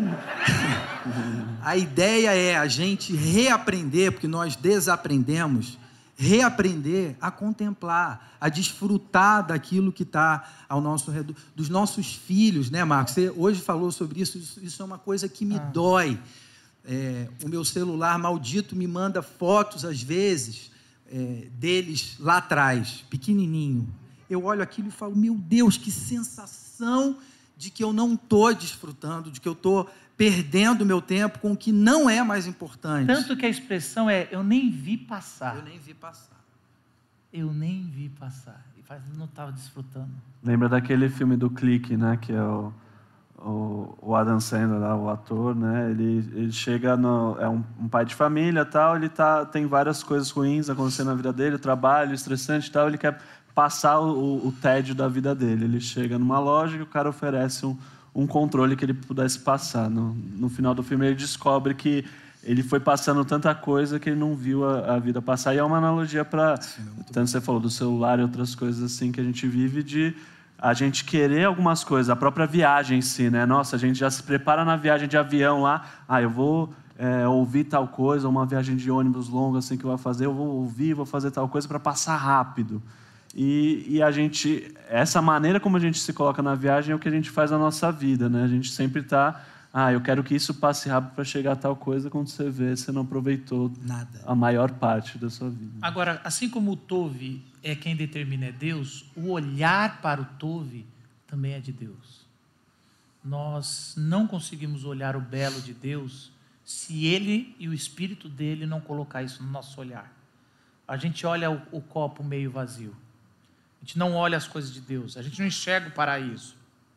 Speaker 3: A ideia é a gente reaprender, porque nós desaprendemos, reaprender a contemplar, a desfrutar daquilo que está ao nosso redor, dos nossos filhos, né, Marcos? Você hoje falou sobre isso, isso, isso é uma coisa que me ah. dói. É, o meu celular maldito me manda fotos, às vezes, é, deles lá atrás, pequenininho. Eu olho aquilo e falo, meu Deus, que sensação de que eu não estou desfrutando, de que eu estou perdendo o meu tempo com o que não é mais importante.
Speaker 1: Tanto que a expressão é, eu nem vi passar.
Speaker 3: Eu nem vi passar.
Speaker 1: Eu nem vi passar. E não estava desfrutando.
Speaker 2: Lembra daquele filme do Clique, né? Que é o, o, o Adam Sandler, lá, o ator, né? Ele, ele chega, no, é um, um pai de família, tal, ele tá, tem várias coisas ruins acontecendo na vida dele, trabalho estressante e tal, ele quer passar o, o tédio da vida dele. Ele chega numa loja e o cara oferece um, um controle que ele pudesse passar. No, no final do filme ele descobre que ele foi passando tanta coisa que ele não viu a, a vida passar. E é uma analogia para, tanto você falou do celular e outras coisas assim que a gente vive, de a gente querer algumas coisas, a própria viagem em si, né? Nossa, a gente já se prepara na viagem de avião lá, ah, eu vou é, ouvir tal coisa, uma viagem de ônibus longa assim que eu vou fazer, eu vou ouvir, vou fazer tal coisa para passar rápido. E, e a gente, essa maneira como a gente se coloca na viagem é o que a gente faz na nossa vida, né? A gente sempre está, ah, eu quero que isso passe rápido para chegar a tal coisa, quando você vê, você não aproveitou
Speaker 3: nada,
Speaker 2: a maior parte da sua vida.
Speaker 1: Agora, assim como o tove é quem determina é Deus, o olhar para o tove também é de Deus. Nós não conseguimos olhar o belo de Deus se Ele e o Espírito dele não colocar isso no nosso olhar. A gente olha o, o copo meio vazio. A gente não olha as coisas de Deus, a gente não enxerga o paraíso.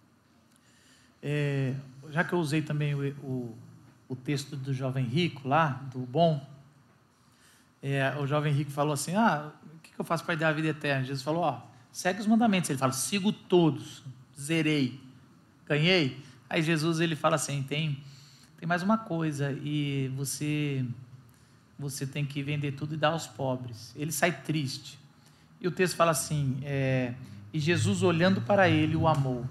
Speaker 1: É, já que eu usei também o, o, o texto do jovem rico lá, do bom, é, o jovem rico falou assim, ah, o que eu faço para dar a vida eterna? Jesus falou, ó, segue os mandamentos. Ele fala, sigo todos, zerei, ganhei. Aí Jesus ele fala assim, tem, tem mais uma coisa, e você, você tem que vender tudo e dar aos pobres. Ele sai triste. E o texto fala assim, é, e Jesus olhando para ele o amou.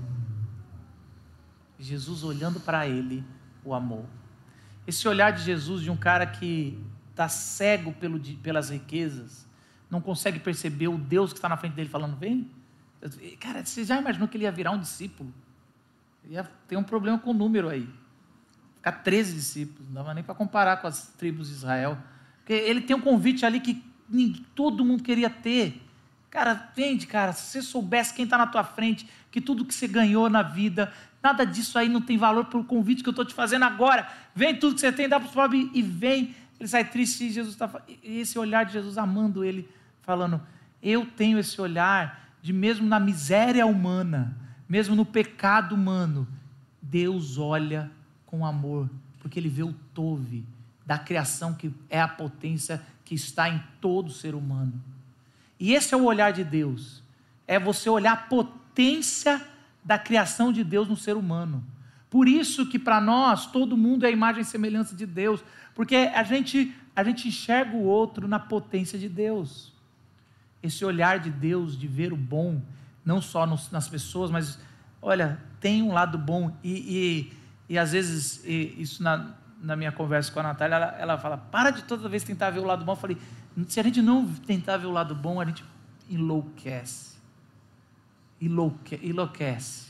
Speaker 1: Jesus olhando para ele o amou. Esse olhar de Jesus, de um cara que está cego pelo, pelas riquezas, não consegue perceber o Deus que está na frente dele falando, vem. Cara, você já imaginou que ele ia virar um discípulo? Ia ter um problema com o número aí. Ficar treze discípulos, não dava nem para comparar com as tribos de Israel. Porque ele tem um convite ali que ninguém, todo mundo queria ter. Cara, vende, cara, se você soubesse quem está na tua frente, que tudo que você ganhou na vida, nada disso aí não tem valor pelo convite que eu estou te fazendo agora. Vem tudo que você tem, dá para os pobres e vem. Ele sai triste e Jesus está... E esse olhar de Jesus amando ele, falando, eu tenho esse olhar de mesmo na miséria humana, mesmo no pecado humano, Deus olha com amor, porque Ele vê o Tove da criação, que é a potência que está em todo ser humano. E esse é o olhar de Deus, é você olhar a potência da criação de Deus no ser humano. Por isso que para nós, todo mundo é a imagem e semelhança de Deus, porque a gente, a gente enxerga o outro na potência de Deus. Esse olhar de Deus, de ver o bom, não só nos, nas pessoas, mas, olha, tem um lado bom, e, e, e às vezes, e, isso na, na minha conversa com a Natália, ela, ela fala, para de toda vez tentar ver o lado bom. Eu falei, se a gente não tentar ver o lado bom, a gente enlouquece, enlouque, enlouquece,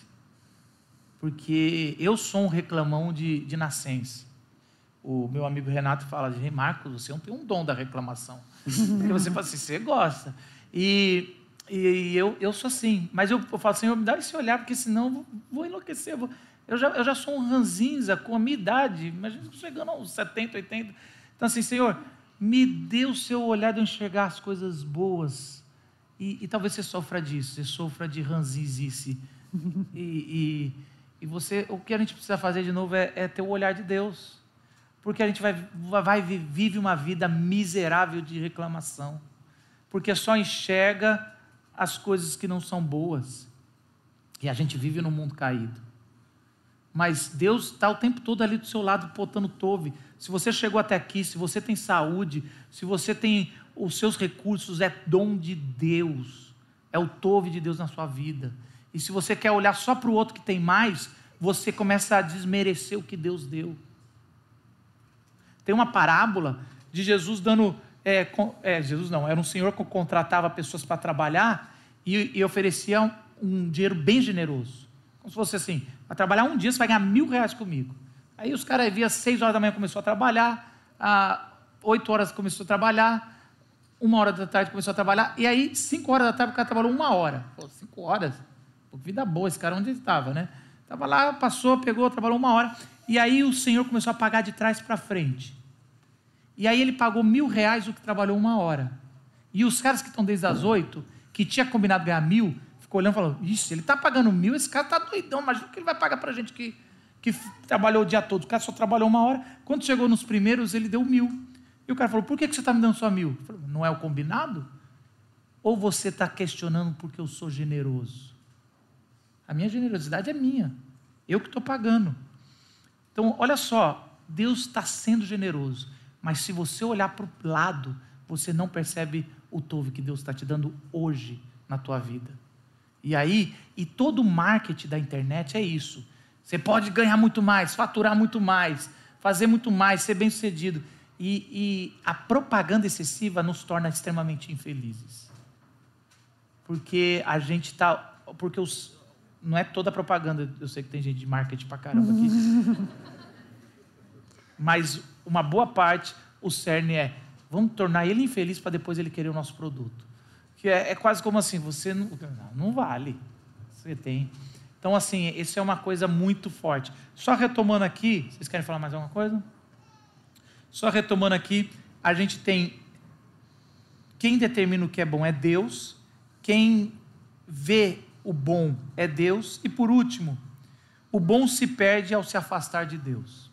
Speaker 1: porque eu sou um reclamão de, de nascença. O meu amigo Renato fala, Marcos, você não tem um dom da reclamação, porque você fala assim, você gosta, e, e eu, eu sou assim, mas eu, eu falo, Senhor, me dá esse olhar, porque senão eu vou, vou enlouquecer, eu, vou, eu, já, eu já sou um ranzinza com a minha idade, imagina chegando aos setenta, oitenta, então assim, Senhor, me dê o seu olhar de eu enxergar as coisas boas, e, e talvez você sofra disso, você sofra de ranzinzice, e, e, e você, o que a gente precisa fazer de novo é, é ter o olhar de Deus, porque a gente vai, vai, vive uma vida miserável de reclamação, porque só enxerga as coisas que não são boas, e a gente vive num mundo caído, mas Deus está o tempo todo ali do seu lado, botando Tove. Se você chegou até aqui, se você tem saúde, se você tem os seus recursos, é dom de Deus, é o Tove de Deus na sua vida, e se você quer olhar só para o outro que tem mais, você começa a desmerecer o que Deus deu. Tem uma parábola de Jesus dando, é, com, é, Jesus não, era um senhor que contratava pessoas para trabalhar e, e oferecia um, um dinheiro bem generoso, como se fosse assim, para trabalhar um dia você vai ganhar mil reais comigo. Aí os caras viam, às seis horas da manhã começou a trabalhar, às oito horas começou a trabalhar, uma hora da tarde começou a trabalhar, e aí cinco horas da tarde o cara trabalhou uma hora. Pô, cinco horas? Pô, vida boa, esse cara onde ele estava, né? Estava lá, passou, pegou, trabalhou uma hora, e aí o senhor começou a pagar de trás para frente. E aí ele pagou mil reais o que trabalhou uma hora. E os caras que estão desde as oito, que tinha combinado ganhar mil, ficou olhando e falou, ixi, ele está pagando mil, esse cara está doidão, imagina o que ele vai pagar para a gente que, que trabalhou o dia todo. O cara só trabalhou uma hora. Quando chegou nos primeiros, ele deu mil. E o cara falou, por que você está me dando só mil? Eu falei, não é o combinado? Ou você está questionando porque eu sou generoso? A minha generosidade é minha. Eu que estou pagando. Então, olha só, Deus está sendo generoso. Mas se você olhar para o lado, você não percebe o Tove que Deus está te dando hoje na tua vida. E aí, e todo o marketing da internet é isso. Você pode ganhar muito mais, faturar muito mais, fazer muito mais, ser bem sucedido. E, e a propaganda excessiva nos torna extremamente infelizes. Porque a gente está... Porque os, não é toda a propaganda, eu sei que tem gente de marketing pra caramba aqui. Mas uma boa parte, o cerne é, vamos tornar ele infeliz para depois ele querer o nosso produto. Que é, é quase como assim, você não, não vale, você tem. Então assim, isso é uma coisa muito forte. Só retomando aqui, vocês querem falar mais alguma coisa? Só retomando aqui, a gente tem, quem determina o que é bom é Deus, quem vê o bom é Deus, e por último, o bom se perde ao se afastar de Deus.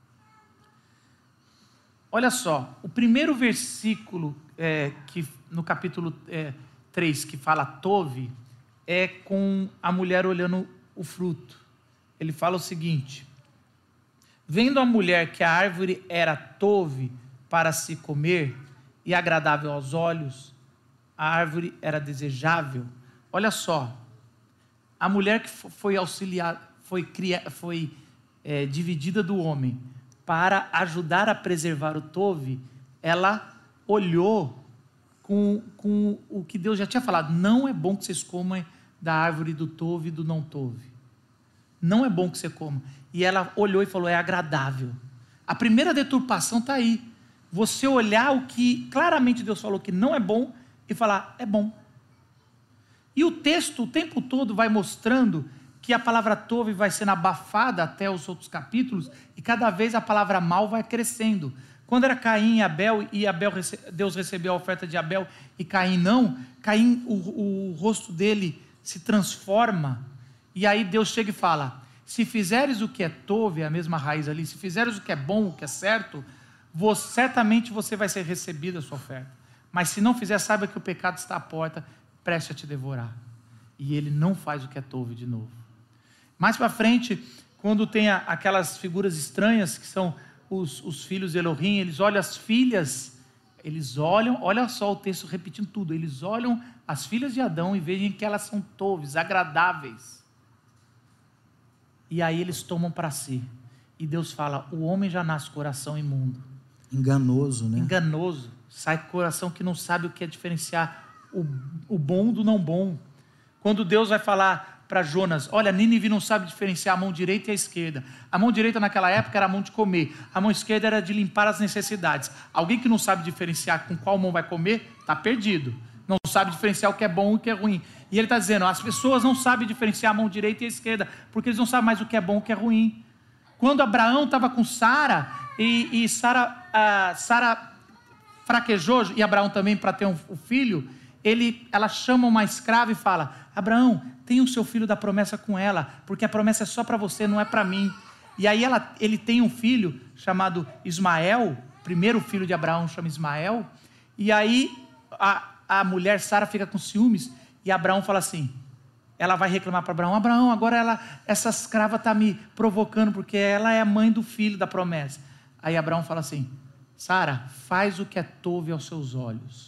Speaker 1: Olha só, o primeiro versículo é, que, no capítulo é, três, que fala Tove, é com a mulher olhando o fruto. Ele fala o seguinte, vendo a mulher que a árvore era Tove para se comer e agradável aos olhos, a árvore era desejável. Olha só, a mulher que foi auxiliada, foi, cria, foi é, dividida do homem, para ajudar a preservar o Tove, ela olhou com, com o que Deus já tinha falado, não é bom que vocês comam da árvore do Tove e do não Tove, não é bom que você coma, e ela olhou e falou, é agradável. A primeira deturpação está aí, você olhar o que claramente Deus falou que não é bom, e falar, é bom. E o texto o tempo todo vai mostrando que a palavra Tove vai sendo abafada até os outros capítulos, e cada vez a palavra mal vai crescendo, Quando era Caim e Abel, e Abel, Deus recebeu a oferta de Abel e Caim não, Caim, o, o rosto dele se transforma, e aí Deus chega e fala: se fizeres o que é tove, a mesma raiz ali, se fizeres o que é bom, o que é certo, você, certamente você vai ser recebido a sua oferta. Mas se não fizer, saiba que o pecado está à porta, preste a te devorar. E ele não faz o que é tove de novo. Mais para frente, quando tem a, aquelas figuras estranhas, que são os, os filhos de Elohim, eles olham as filhas, eles olham, olha só o texto repetindo tudo, eles olham as filhas de Adão e veem que elas são toves, agradáveis. E aí eles tomam para si. E Deus fala: o homem já nasce coração imundo.
Speaker 3: Enganoso, né?
Speaker 1: Enganoso. Sai com coração que não sabe o que é diferenciar o, o bom do não bom. Quando Deus vai falar para Jonas: olha, Nínive não sabe diferenciar a mão direita e a esquerda. A mão direita naquela época era a mão de comer, a mão esquerda era de limpar as necessidades. Alguém que não sabe diferenciar com qual mão vai comer, está perdido. Não sabe diferenciar o que é bom e o que é ruim. E ele está dizendo: as pessoas não sabem diferenciar a mão direita e a esquerda, porque eles não sabem mais o que é bom e o que é ruim. Quando Abraão estava com Sara, e, e Sara, uh, Sara fraquejou, e Abraão também para ter um, um filho, ele, ela chama uma escrava e fala: Abraão, tem o seu filho da promessa com ela, porque a promessa é só para você, não é para mim. E aí ela, ele tem um filho chamado Ismael, primeiro filho de Abraão chama Ismael, e aí a, a mulher Sara fica com ciúmes, e Abraão fala assim, ela vai reclamar para Abraão: Abraão, agora ela, essa escrava está me provocando, porque ela é a mãe do filho da promessa. Aí Abraão fala assim: Sara, faz o que é tove aos seus olhos.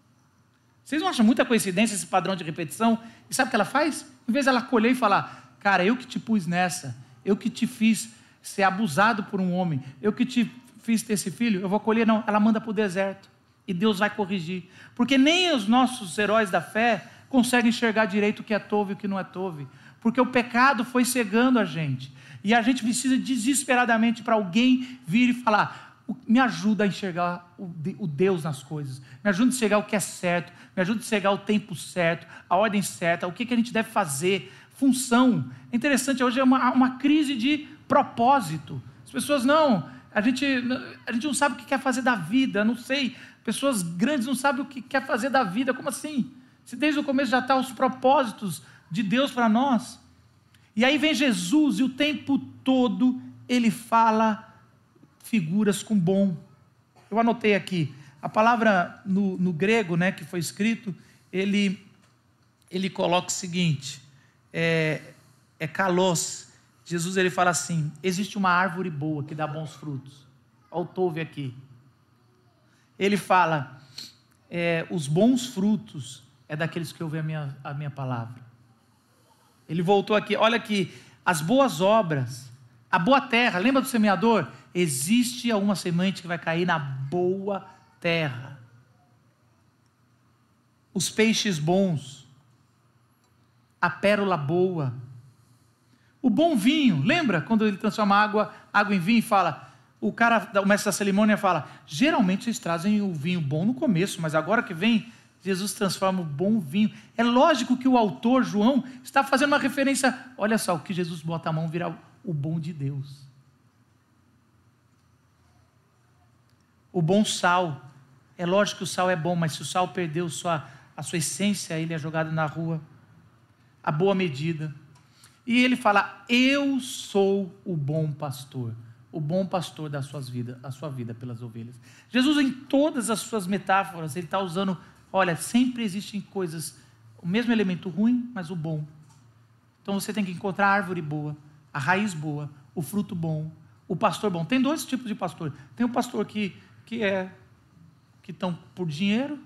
Speaker 1: Vocês não acham muita coincidência esse padrão de repetição? E sabe o que ela faz? Em vez de ela colher e falar: cara, eu que te pus nessa, eu que te fiz ser abusado por um homem, eu que te fiz ter esse filho, eu vou colher. Não, ela manda para o deserto, e Deus vai corrigir, porque nem os nossos heróis da fé conseguem enxergar direito o que é tove e o que não é tove, porque o pecado foi cegando a gente, e a gente precisa desesperadamente para alguém vir e falar: me ajuda a enxergar o Deus nas coisas, me ajuda a enxergar o que é certo, me ajuda a enxergar o tempo certo, a ordem certa, o que, que a gente deve fazer, função. É interessante, hoje é uma, uma crise de propósito. As pessoas não, a gente, a gente não sabe o que quer fazer da vida, não sei, pessoas grandes não sabem o que quer fazer da vida. Como assim? Se desde o começo já estão os propósitos de Deus para nós. E aí vem Jesus e o tempo todo ele fala figuras com bom. Eu anotei aqui, a palavra no, no grego, né, que foi escrito, ele, ele coloca o seguinte, é, é kalos. Jesus ele fala assim: existe uma árvore boa que dá bons frutos. Olha o tove aqui. Ele fala, é, os bons frutos é daqueles que ouvem a minha, a minha palavra. Ele voltou aqui, olha aqui, as boas obras, a boa terra, lembra do semeador? Existe alguma semente que vai cair na boa terra. Os peixes bons, a pérola boa, o bom vinho. Lembra quando ele transforma água, água em vinho e fala, o cara, o mestre da cerimônia fala: geralmente vocês trazem o vinho bom no começo, mas agora que vem, Jesus transforma o bom vinho. É lógico que o autor, João, está fazendo uma referência. Olha só, o que Jesus bota a mão vira o bom de Deus. O bom sal. É lógico que o sal é bom, mas se o sal perdeu sua, a sua essência, ele é jogado na rua. A boa medida. E ele fala: eu sou o bom pastor. O bom pastor da suas vidas, a sua vida pelas ovelhas. Jesus, em todas as suas metáforas, ele está usando, olha, sempre existem coisas, o mesmo elemento ruim, mas o bom. Então você tem que encontrar a árvore boa, a raiz boa, o fruto bom, o pastor bom. Tem dois tipos de pastor. Tem o pastor que, que é, que estão por dinheiro.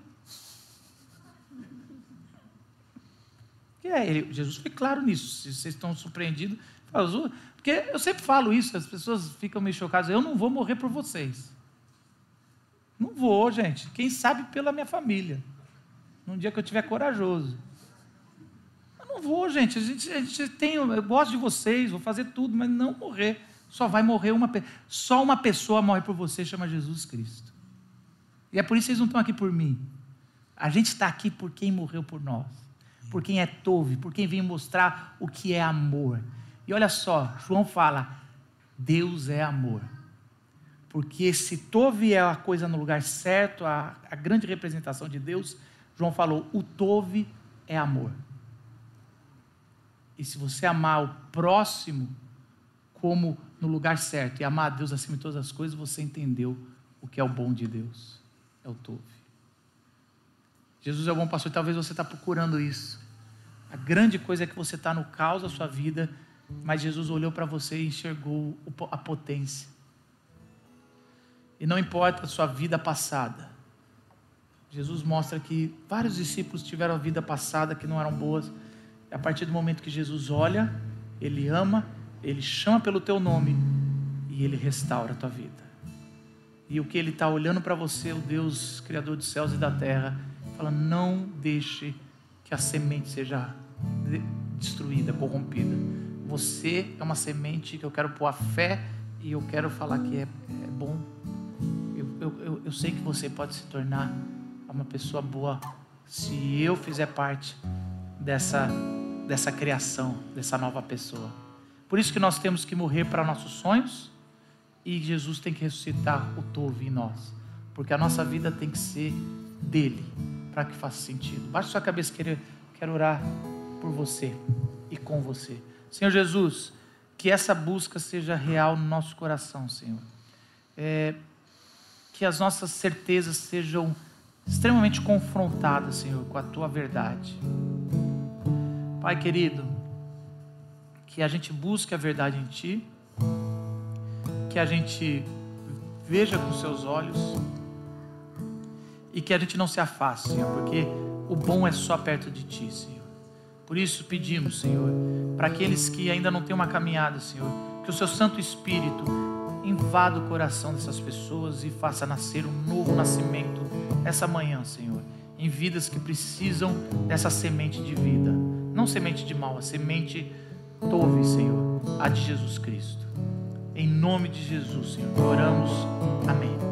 Speaker 1: Que é ele. Jesus foi claro nisso. Se vocês estão surpreendidos, porque eu sempre falo isso, as pessoas ficam meio chocadas. Eu não vou morrer por vocês. Não vou, gente. Quem sabe pela minha família. Num dia que eu estiver corajoso. Eu não vou, gente. A gente, a gente tem, eu gosto de vocês, vou fazer tudo, mas não morrer. Só vai morrer uma pessoa. Só uma pessoa morre por você, chama Jesus Cristo. E é por isso que vocês não estão aqui por mim. A gente está aqui por quem morreu por nós. Por quem é tove, por quem veio mostrar o que é amor. E olha só, João fala: Deus é amor. Porque se Tove é a coisa no lugar certo, a, a grande representação de Deus, João falou, o Tove é amor. E se você amar o próximo como no lugar certo e amar a Deus acima de todas as coisas, você entendeu o que é o bom de Deus. É o Tove. Jesus é o bom pastor, talvez você está procurando isso. A grande coisa é que você está no caos da sua vida, mas Jesus olhou para você e enxergou a potência. E não importa a sua vida passada. Jesus mostra que vários discípulos tiveram a vida passada que não eram boas. A partir do momento que Jesus olha, Ele ama, Ele chama pelo teu nome e Ele restaura a tua vida. E o que Ele está olhando para você, o Deus Criador dos céus e da terra, fala, não deixe que a semente seja destruída, corrompida. Você é uma semente que eu quero pôr a fé e eu quero falar que é, é bom. Eu, eu, eu, eu sei que você pode se tornar uma pessoa boa se eu fizer parte dessa, dessa criação, dessa nova pessoa. Por isso que nós temos que morrer para nossos sonhos e Jesus tem que ressuscitar o Tove em nós, porque a nossa vida tem que ser dele, para que faça sentido. Baixe sua cabeça, quero, quero orar por você e com você. Senhor Jesus, que essa busca seja real no nosso coração, Senhor. É, que as nossas certezas sejam extremamente confrontadas, Senhor, com a Tua verdade. Pai querido, que a gente busque a verdade em Ti, que a gente veja com Seus olhos e que a gente não se afaste, Senhor, porque o bom é só perto de Ti, Senhor. Por isso pedimos, Senhor, para aqueles que ainda não têm uma caminhada, Senhor, que o Seu Santo Espírito invada o coração dessas pessoas e faça nascer um novo nascimento essa manhã, Senhor, em vidas que precisam dessa semente de vida, não semente de mal, a semente Tove, Senhor, a de Jesus Cristo. Em nome de Jesus, Senhor, oramos. Amém.